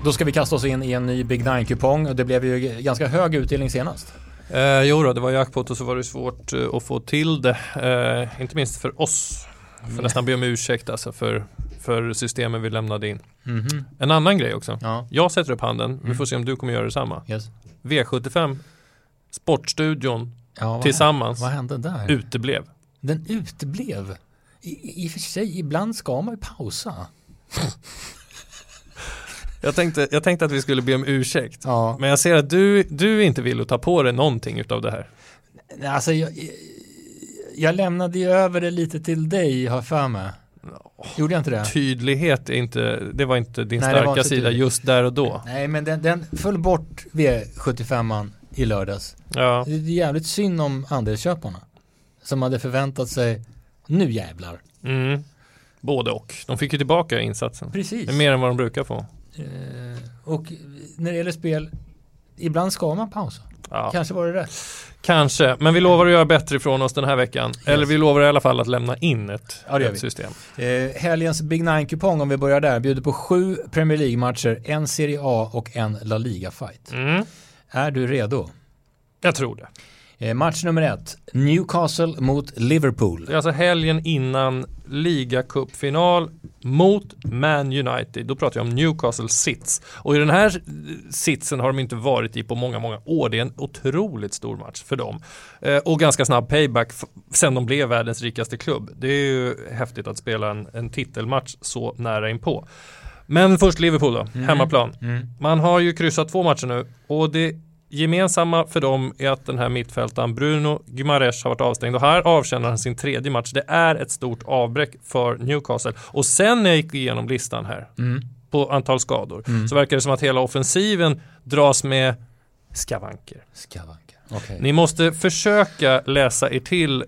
Då ska vi kasta oss in i en ny Big Nine-kupong och det blev ju ganska hög utdelning senast. Jo då, det var jackpot och så var det svårt att få till det. Inte minst för oss. För nästan be om ursäkt alltså för systemen vi lämnade in. Mm-hmm. En annan grej också. Ja. Jag sätter upp handen. Vi får se om du kommer göra detsamma. Yes. V75 Sportstudion Ja, tillsammans vad hände där? uteblev. Den uteblev. I och för sig, ibland ska man ju pausa. Jag tänkte att vi skulle be om ursäkt. Ja. Men jag ser att du inte vill ta på dig någonting utav det här. Alltså jag lämnade ju över det lite till dig, har för mig. Gjorde jag inte det? Tydlighet är inte, det var inte din Nej, starka sida just där och då. Nej, men den föll bort V75an i lördags. Ja. Det är jävligt synd om andelsköparna som hade förväntat sig, nu jävlar. Mm. Både och. De fick ju tillbaka insatsen. Precis. Det är mer än vad de brukar få. Och när det gäller spel, ibland ska man pausa. Ja. Kanske var det rätt. Kanske, men vi lovar att göra bättre ifrån oss den här veckan. Yes. Eller vi lovar i alla fall att lämna in ett system. Helgens Big Nine-kupong, om vi börjar där, bjuder på 7 Premier League-matcher, en Serie A och en La Liga-fight. Är du redo? Jag tror det. Match nummer 1, Newcastle mot Liverpool. Det är alltså helgen innan ligacupfinal mot Man United. Då pratar jag om Newcastle sits. Och i den här sitsen har de inte varit i på många, många år. Det är en otroligt stor match för dem. Och ganska snabb payback sen de blev världens rikaste klubb. Det är ju häftigt att spela en titelmatch så nära inpå. Men först Liverpool då, hemmaplan. Man har ju kryssat 2 matcher nu och det gemensamma för dem är att den här mittfältaren Bruno Guimaraes har varit avstängd och här avtjänar han sin 3:e match. Det är ett stort avbräck för Newcastle. Och sen när jag gick igenom listan här på antal skador så verkar det som att hela offensiven dras med skavanker. Okay. Ni måste försöka läsa er till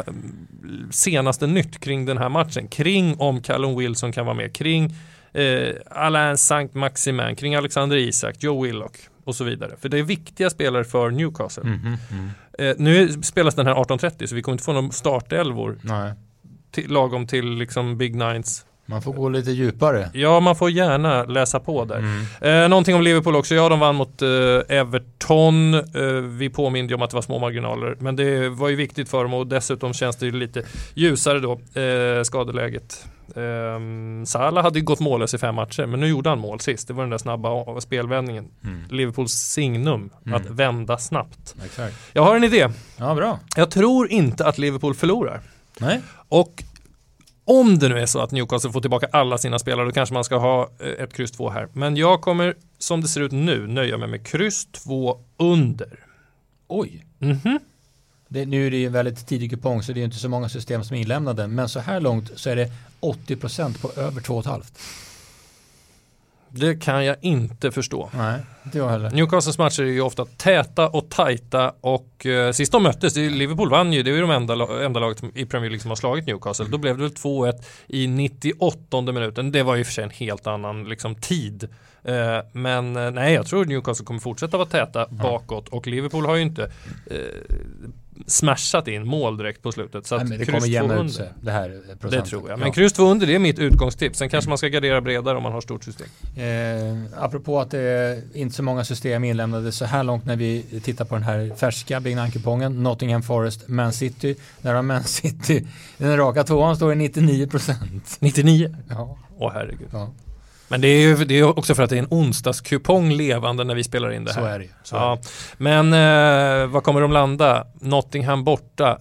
senaste nytt kring den här matchen. Kring om Callum Wilson kan vara med. Kring Alain Saint-Maximin. Kring Alexander Isak, Joe Willock och så vidare. För det är viktiga spelare för Newcastle. Nu spelas den här 18:30 så vi kommer inte få någon startelvor. Nej. Lagom till liksom Big Nines. Man får gå lite djupare. Ja, man får gärna läsa på där. Någonting om Liverpool också. Ja, de vann mot Everton. Vi påminner om att det var små marginaler. Men det var ju viktigt för dem och dessutom känns det ju lite ljusare då. Skadeläget. Salah hade ju gått mållös i 5 matcher men nu gjorde han mål sist. Det var den där snabba spelvändningen. Liverpools signum att vända snabbt. Exakt. Jag har en idé. Ja, bra. Jag tror inte att Liverpool förlorar. Nej. Och om det nu är så att Newcastle får tillbaka alla sina spelare då kanske man ska ha ett kryss 2 här. Men jag kommer, som det ser ut nu, nöja mig med kryss 2 under. Oj. Nu är det ju väldigt tidig kupong så det är inte så många system som är inlämnade. Men så här långt så är det 80% på över 2,5. Det kan jag inte förstå. Nej, inte jag heller. Newcastles matcher är ju ofta täta och tajta och sist de möttes, Liverpool vann ju, det är ju de enda laget i Premier League som har slagit Newcastle. Då blev det väl 2-1 i 98:e minuten. Det var ju för sig en helt annan liksom, tid. Men nej, jag tror Newcastle kommer fortsätta vara täta bakåt och Liverpool har ju inte smashat in mål direkt på slutet. Så att det kommer jämna ut sig, det här procenten. Det tror jag. Men kryss 2 under, det är mitt utgångstips. Sen kanske man ska gardera bredare om man har stort system. Apropå att det är inte så många system inlämnade så här långt när vi tittar på den här färska Big Nine-kupongen, Nottingham Forest, Man City. Där har Man City, den raka 2:an står i 99%. 99? Ja. Åh herregud. Ja. Men det är ju också för att det är en onsdagskupong levande när vi spelar in det här. Så är det. Ja. Men vad kommer de landa? Nottingham borta.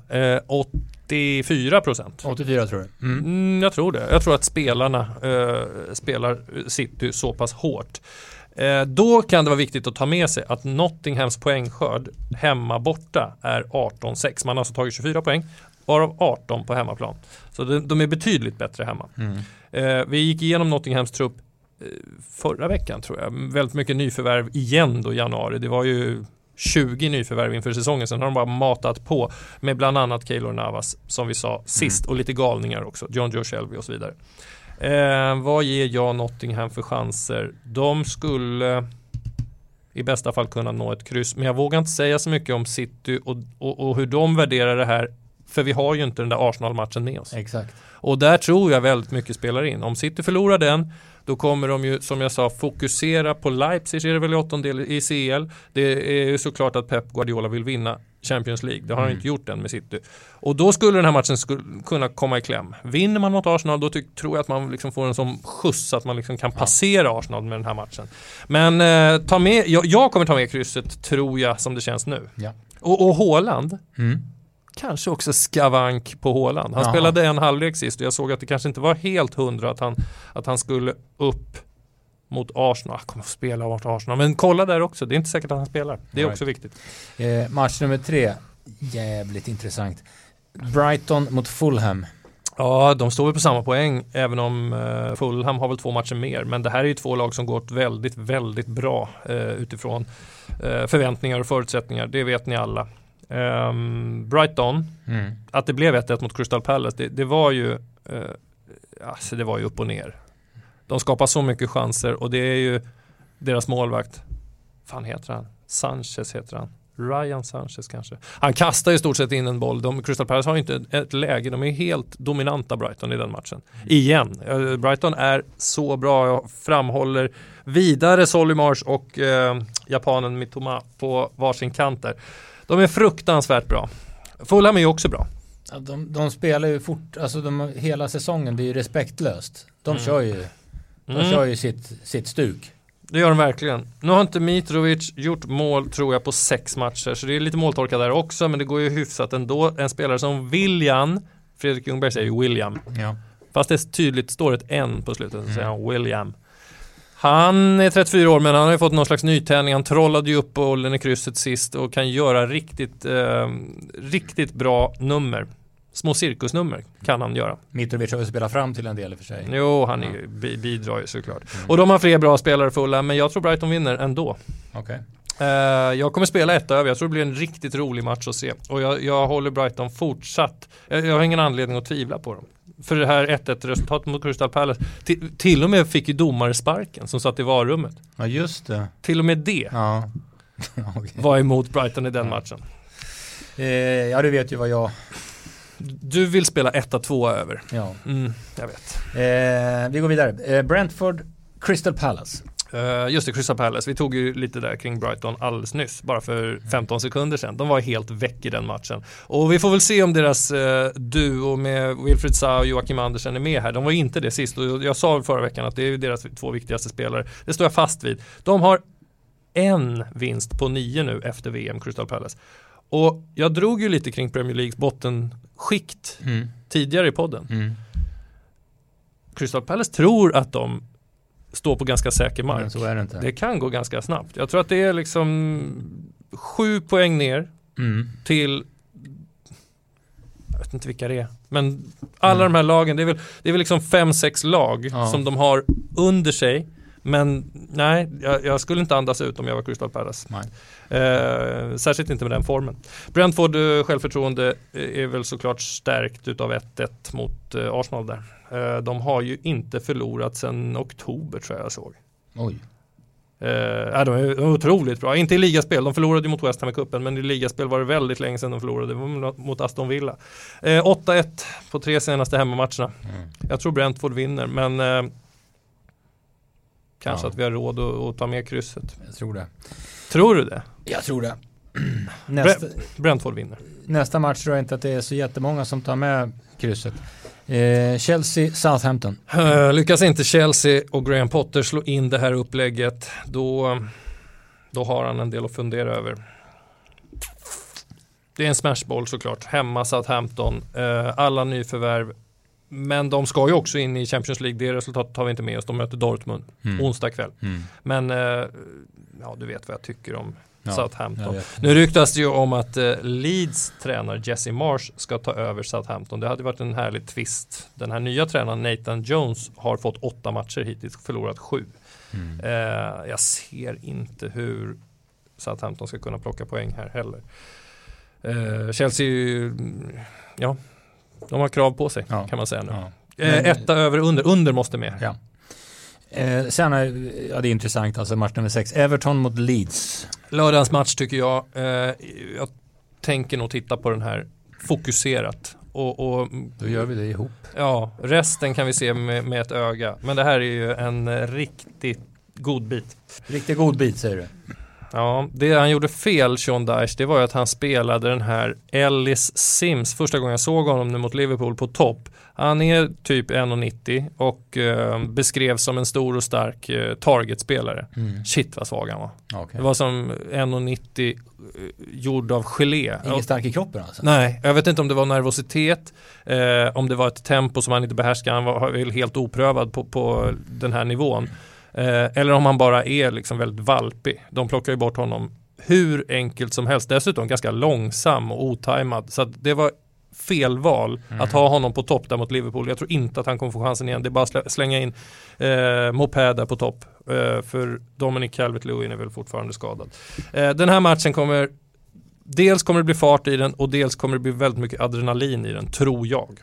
84%. 84 tror du? Jag tror det. Jag tror att spelarna spelar City så pass hårt. Då kan det vara viktigt att ta med sig att Nottinghams poängskörd hemma borta är 18-6. Man har alltså tagit 24 poäng, varav 18 på hemmaplan. Så de är betydligt bättre hemma. Vi gick igenom Nottinghams trupp förra veckan tror jag. Väldigt mycket nyförvärv igen då i januari. Det var ju 20 nyförvärv inför säsongen. Sen har de bara matat på med bland annat Keylor Navas som vi sa sist och lite galningar också. John Joe Shelby och så vidare. Vad ger jag Nottingham för chanser? De skulle i bästa fall kunna nå ett kryss. Men jag vågar inte säga så mycket om City och hur de värderar det här För vi har ju inte den där Arsenal-matchen med oss. Exakt. Och där tror jag väldigt mycket spelar in. Om City förlorar den, då kommer de ju, som jag sa, fokusera på Leipzig, är det väl i 8:e i CL. Det är ju såklart att Pep Guardiola vill vinna Champions League. Det har han inte gjort än med City. Och då skulle den här matchen kunna komma i kläm. Vinner man mot Arsenal, då tror jag att man liksom får en sån skjuts att man liksom kan passera Arsenal med den här matchen. Men jag kommer ta med krysset, tror jag, som det känns nu. Ja. Och Haaland, kanske också skavank på Haaland. Han spelade en halvlek sist och jag såg att det kanske inte var helt 100 att han skulle upp mot Arsenal. Han kommer att spela mot Arsenal. Men kolla där också, det är inte säkert att han spelar. Det är också viktigt. Match nummer 3, jävligt intressant. Brighton mot Fulham. Ja, de står väl på samma poäng, även om Fulham har väl 2 matcher mer. Men det här är ju 2 lag som gått väldigt, väldigt bra utifrån förväntningar och förutsättningar. Det vet ni alla. Brighton, att det blev 1-1 mot Crystal Palace, det var ju det var ju upp och ner. De skapar så mycket chanser och det är ju deras målvakt, fan heter han? Sanchez heter han. Ryan Sanchez kanske. Han kastar ju stort sett in en boll. Crystal Palace har ju inte ett läge. De är helt dominanta, Brighton, i den matchen. Igen. Brighton är så bra. Jag framhåller vidare Solly March och japanen Mitoma på varsin kant där. De är fruktansvärt bra. Fulham är ju också bra. Ja, de spelar ju fort, alltså hela säsongen, det är ju respektlöst. De kör ju sitt stuk. Det gör de verkligen. Nu har inte Mitrovic gjort mål, tror jag, på 6 matcher. Så det är lite måltorka där också, men det går ju hyfsat ändå. En spelare som Fredrik Ljungberg säger ju William. Ja. Fast det tydligt står ett N på slutet, så säger han William. Han är 34 år, men han har ju fått någon slags nytändning. Han trollade ju upp bollen i krysset sist och kan göra riktigt bra nummer. Små cirkusnummer kan han göra. Mitrovic har ju spelat fram till en del i för sig. Jo, han är ju, bidrar ju såklart. Och de har fler bra spelare fulla, men jag tror Brighton vinner ändå. Okej. Jag kommer spela 1 över. Jag tror det blir en riktigt rolig match att se. Och jag håller Brighton fortsatt. Jag har ingen anledning att tvivla på dem. För det här 1-1 resultatet mot Crystal Palace. Till och med fick ju domare sparken som satt i varummet. Ja, just det. Till och med det var emot Brighton i den matchen. Ja, du vet ju vad jag... Du vill spela 1-2 över. Ja. Jag vet. Vi går vidare. Brentford, Crystal Palace. Just det, Crystal Palace. Vi tog ju lite där kring Brighton alldeles nyss, bara för 15 sekunder sedan. De var helt väck i den matchen. Och vi får väl se om deras duo med Wilfried Zaha och Joakim Andersen är med här. De var inte det sist, och jag sa förra veckan att det är deras 2 viktigaste spelare. Det står jag fast vid. De har en vinst på 9 nu efter VM, Crystal Palace. Och jag drog ju lite kring Premier Leagues bottenskikt tidigare i podden. Crystal Palace tror att de står på ganska säker mark. Men så är det inte. Det kan gå ganska snabbt. Jag tror att det är liksom 7 poäng ner till, jag vet inte vilka det är, men alla de här lagen, det är väl liksom 5-6 lag som de har under sig. Men nej, jag skulle inte andas ut om jag var Crystal Palace. Särskilt inte med den formen. Brentford självförtroende är väl såklart stärkt utav 1-1 mot Arsenal där. De har ju inte förlorat sedan oktober, tror jag såg. Oj. De är otroligt bra. Inte i ligaspel, de förlorade mot West Ham i cupen, men i ligaspel var det väldigt länge sedan de förlorade mot Aston Villa. 8-1 på 3 senaste hemmamatcherna. Jag tror Brentford vinner, men kanske att vi har råd att ta med krysset. Jag tror det. Tror du det? Jag tror det. Brentford vinner. Nästa match tror jag inte att det är så jättemånga som tar med krysset. Chelsea, Southampton. Lyckas inte Chelsea och Graham Potter slå in det här upplägget, då har han en del att fundera över. Det är en smashboll såklart. Hemma Southampton. Alla nyförvärv. Men de ska ju också in i Champions League. Det resultatet har vi inte med oss. De möter Dortmund onsdag kväll. Men du vet vad jag tycker om Southampton. Nu ryktas det ju om att Leeds tränare Jesse Marsh ska ta över Southampton. Det hade varit en härlig twist. Den här nya tränaren Nathan Jones har fått 8 matcher hittills, förlorat 7. Jag ser inte hur Southampton ska kunna plocka poäng här heller. Chelsea, de har krav på sig kan man säga nu. Etta över under måste med. Ja. Sen det är intressant, alltså match nummer 6, Everton mot Leeds. Lördagens match tycker jag. Jag tänker nog titta på den här fokuserat. Och då gör vi det ihop. Ja, resten kan vi se med ett öga. Men det här är ju en riktigt god bit. Riktigt god bit säger du. Ja, det han gjorde fel, Sean Dyche, det var ju att han spelade den här Ellis Sims första gången jag såg honom nu mot Liverpool på topp. Han är typ 1,90 och beskrevs som en stor och stark targetspelare. Shit vad svag han var. Okay. Det var som 1,90 gjord av gelé. Ingen stark i kroppen alltså? Nej, jag vet inte om det var nervositet, om det var ett tempo som han inte behärskade. Han var helt oprövad på den här nivån. Eller om han bara är liksom väldigt valpig. De plockar ju bort honom hur enkelt som helst. Dessutom ganska långsam och otajmad. Så att det var fel val att ha honom på topp där mot Liverpool. Jag tror inte att han kommer få chansen igen. Det är bara att slänga in Moped där på topp. För Dominic Calvert-Lewin är väl fortfarande skadad. Den här matchen kommer... Dels kommer det bli fart i den och dels kommer det bli väldigt mycket adrenalin i den, tror jag.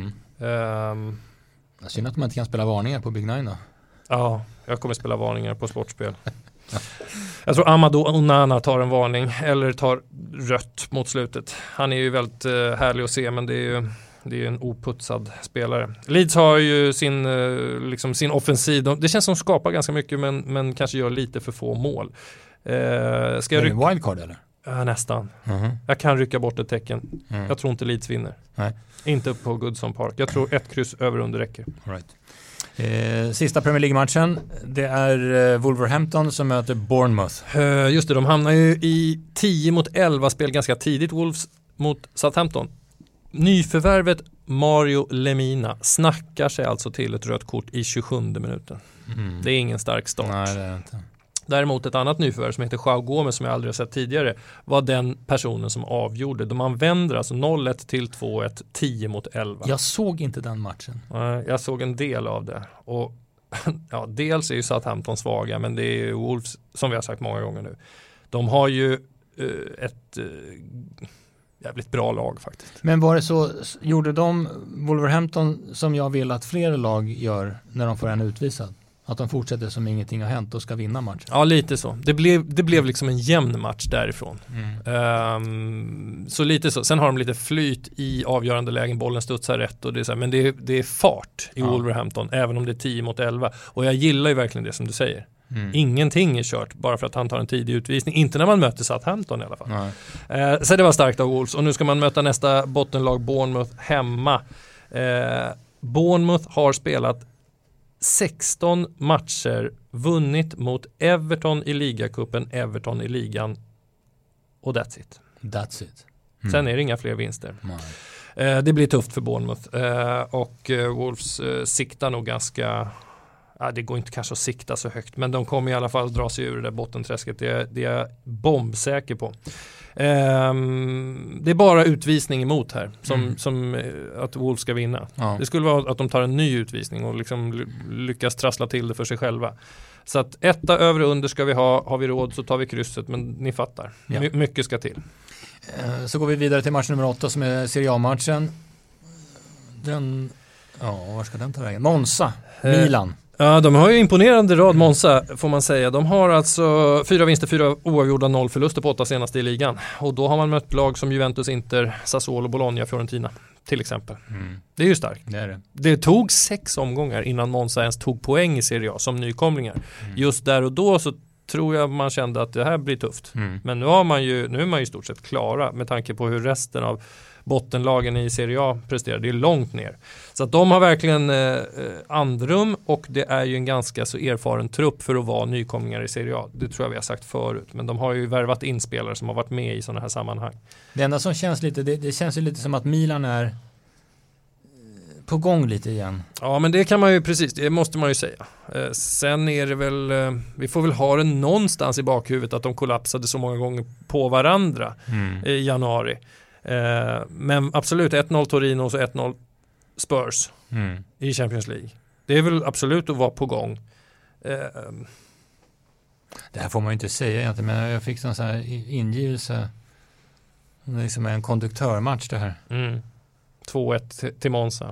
Synd att man inte kan spela varningar på Big Nine då. Ja, jag kommer spela varningar på sportspel. Jag tror Amadou Onana tar en varning eller tar rött mot slutet. Han är ju väldigt härlig att se, men det är ju en oputsad spelare. Leeds har ju sin offensiv. Det känns som de skapar ganska mycket men kanske gör lite för få mål. Ska jag en wildcard eller? Nästan. Jag kan rycka bort ett tecken. Jag tror inte Leeds vinner. Nej. Inte på Goodson Park. Jag tror 1 kryss över under räcker. All right. Sista Premier League-matchen, det är Wolverhampton som möter Bournemouth. Just det, de hamnar ju i 10-11 spel ganska tidigt, Wolves mot Southampton. Nyförvärvet Mario Lemina snackar sig alltså till ett rött kort i 27 minuten. Det är ingen stark start. Nej, det är inte. Däremot ett annat nyförvärv som heter João Gomes, som jag aldrig har sett tidigare, var den personen som avgjorde. De använder alltså 0-1 till 2-1, 10-11. Jag såg inte den matchen. Jag såg en del av det. Och ja, dels är ju Southampton svaga, men det är ju Wolves, som vi har sagt många gånger nu. De har ju ett jävligt bra lag faktiskt. Men var det så, gjorde de Wolverhampton som jag vill att fler lag gör när de får en utvisad? Att de fortsätter som ingenting har hänt och ska vinna matchen. Ja, lite så. Det blev liksom en jämn match därifrån. Så lite så. Sen har de lite flyt i avgörande lägen. Bollen studsar rätt och det är så här, men det är fart i Wolverhampton, även om det är 10-11. Och jag gillar ju verkligen det som du säger. Ingenting är kört bara för att han tar en tidig utvisning. Inte när man möter Southampton i alla fall. Så det var starkt av Wolves. Och nu ska man möta nästa bottenlag, Bournemouth, hemma. Bournemouth har spelat 16 matcher, vunnit mot Everton i ligacupen, Everton i ligan, och that's it. That's it. Sen är det inga fler vinster. Det blir tufft för Bournemouth. Och Wolves siktar nog ganska... det går inte kanske att sikta så högt, men de kommer i alla fall dra sig ur det där bottenträsket. Det är jag bombsäker på. Det är bara utvisning emot här som att Wolves ska vinna. Det skulle vara att de tar en ny utvisning och liksom lyckas trassla till det för sig själva. Så att 1 över och under ska vi ha. Har vi råd så tar vi krysset, men ni fattar. Mycket ska till. Så går vi vidare till match nummer 8 som är Serie A-matchen. Var ska den ta vägen? Monza, Milan. Ja, de har ju imponerande rad, Monza, får man säga. De har alltså 4 vinster, 4 oavgjorda, 0 förluster på 8 senaste i ligan. Och då har man mött lag som Juventus, Inter, Sassuolo, Bologna, Fiorentina till exempel. Det är ju starkt. Det tog 6 omgångar innan Monza ens tog poäng i Serie A som nykomlingar. Just där och då så tror jag man kände att det här blir tufft. Men nu är man ju i stort sett klara med tanke på hur resten av bottenlagen i Serie A presterar. Det är långt ner. Så att de har verkligen andrum, och det är ju en ganska så erfaren trupp för att vara nykomlingar i Serie A. Det tror jag vi har sagt förut. Men de har ju värvat in spelare som har varit med i sådana här sammanhang. Det enda som känns lite, det känns ju lite som att Milan är på gång lite igen. Ja, men det kan man ju det måste man ju säga. Sen är det väl, vi får väl ha det någonstans i bakhuvudet att de kollapsade så många gånger på varandra i januari. Men absolut 1-0 Torino och så 1-0 Spurs i Champions League. Det är väl absolut att vara på gång. Det här får man ju inte säga egentligen, men jag fick en sån här ingivelse. Det är liksom en konduktörmatch det här. 2-1 till Monza.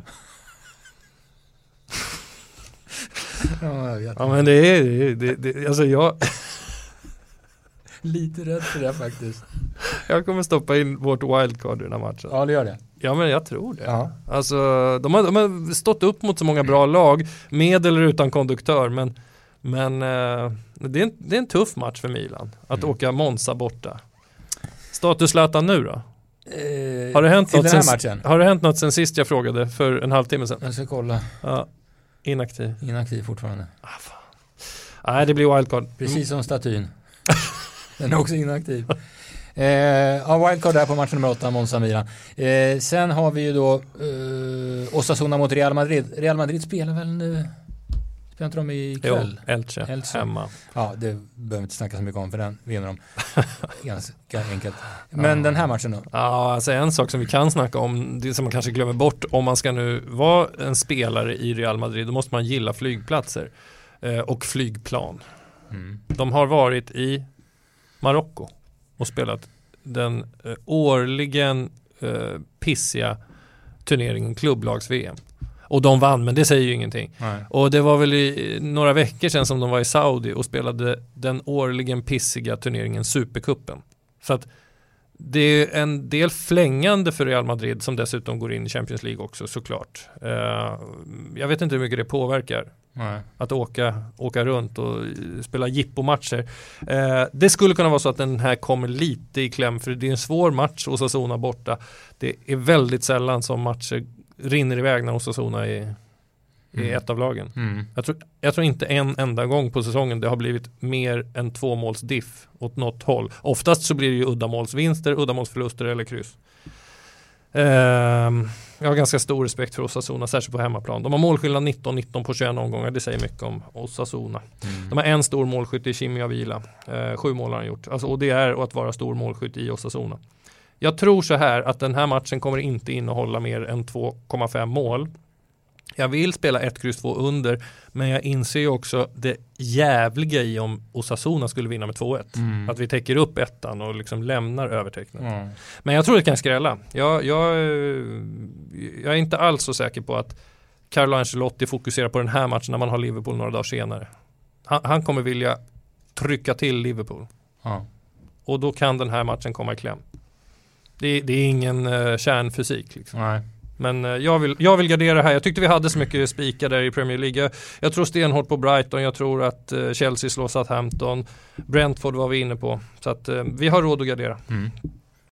Jag vet. Ja, men det är alltså jag lite rädd för det faktiskt. Jag kommer stoppa in vårt wildcard i den här matchen. Ja, det gör det. Ja, men jag tror det. Ja. Alltså, de har stått upp mot så många bra lag, med eller utan konduktör, men det är en tuff match för Milan att åka Monza borta. Status Zlatan nu då? Har det hänt något sen sist jag frågade för en halvtimme sedan? Jag ska kolla. Ja, inaktiv fortfarande. Fan. Nej, det blir wildcard. Precis som statyn. Den är också inaktiv. Wildcard där på match nummer 8, Monza Milan. Sen har vi ju då Osasuna mot Real Madrid. Real Madrid spelar väl nu? Spelar inte de ikväll? Jo, Elche hemma. Ja, det behöver vi inte snacka så mycket om, för den vinner de ganska enkelt. Men den här matchen då? Ja, alltså en sak som vi kan snacka om, det som man kanske glömmer bort, om man ska nu vara en spelare i Real Madrid, då måste man gilla flygplatser och flygplan. De har varit i Marocko och spelat den årligen pissiga turneringen klubblags-VM. Och de vann, men det säger ju ingenting. Nej. Och det var väl i några veckor sedan som de var i Saudi och spelade den årligen pissiga turneringen Supercupen. Så att det är en del flängande för Real Madrid som dessutom går in i Champions League också, såklart. Jag vet inte hur mycket det påverkar. Nej. Att åka runt och spela jippomatcher. Det skulle kunna vara så att den här kommer lite i kläm, för det är en svår match och Osasuna borta. Det är väldigt sällan som matcher rinner iväg när Osasuna är ett av lagen. Jag tror inte en enda gång på säsongen det har blivit mer än 2 måls diff åt något håll. Oftast så blir det ju uddamålsvinster, uddamålsförluster eller kryss. Jag har ganska stor respekt för Osasuna, särskilt på hemmaplan. De har målskillnad 19-19 på 21 omgångar. Det säger mycket om Osasuna. De har en stor målskytt i Chimi Avila. 7 mål har han gjort. Alltså, och det är att vara stor målskytt i Osasuna. Jag tror så här att den här matchen kommer inte innehålla mer än 2,5 mål. Jag vill spela 1-2 under, men jag inser ju också det jävliga i om Osasuna skulle vinna med 2-1. Att vi täcker upp ettan och liksom lämnar övertecknet. Men jag tror det kan skrälla. Jag är inte alls så säker på att Carlo Ancelotti fokuserar på den här matchen när man har Liverpool några dagar senare. Han kommer vilja trycka till Liverpool. Och då kan den här matchen komma i kläm. Det är ingen kärnfysik liksom. Nej. Men jag vill gardera här. Jag tyckte vi hade så mycket spikar där i Premier League. Jag tror stenhårt på Brighton. Jag tror att Chelsea slår Southampton. Brentford var vi inne på. Så att vi har råd att gardera.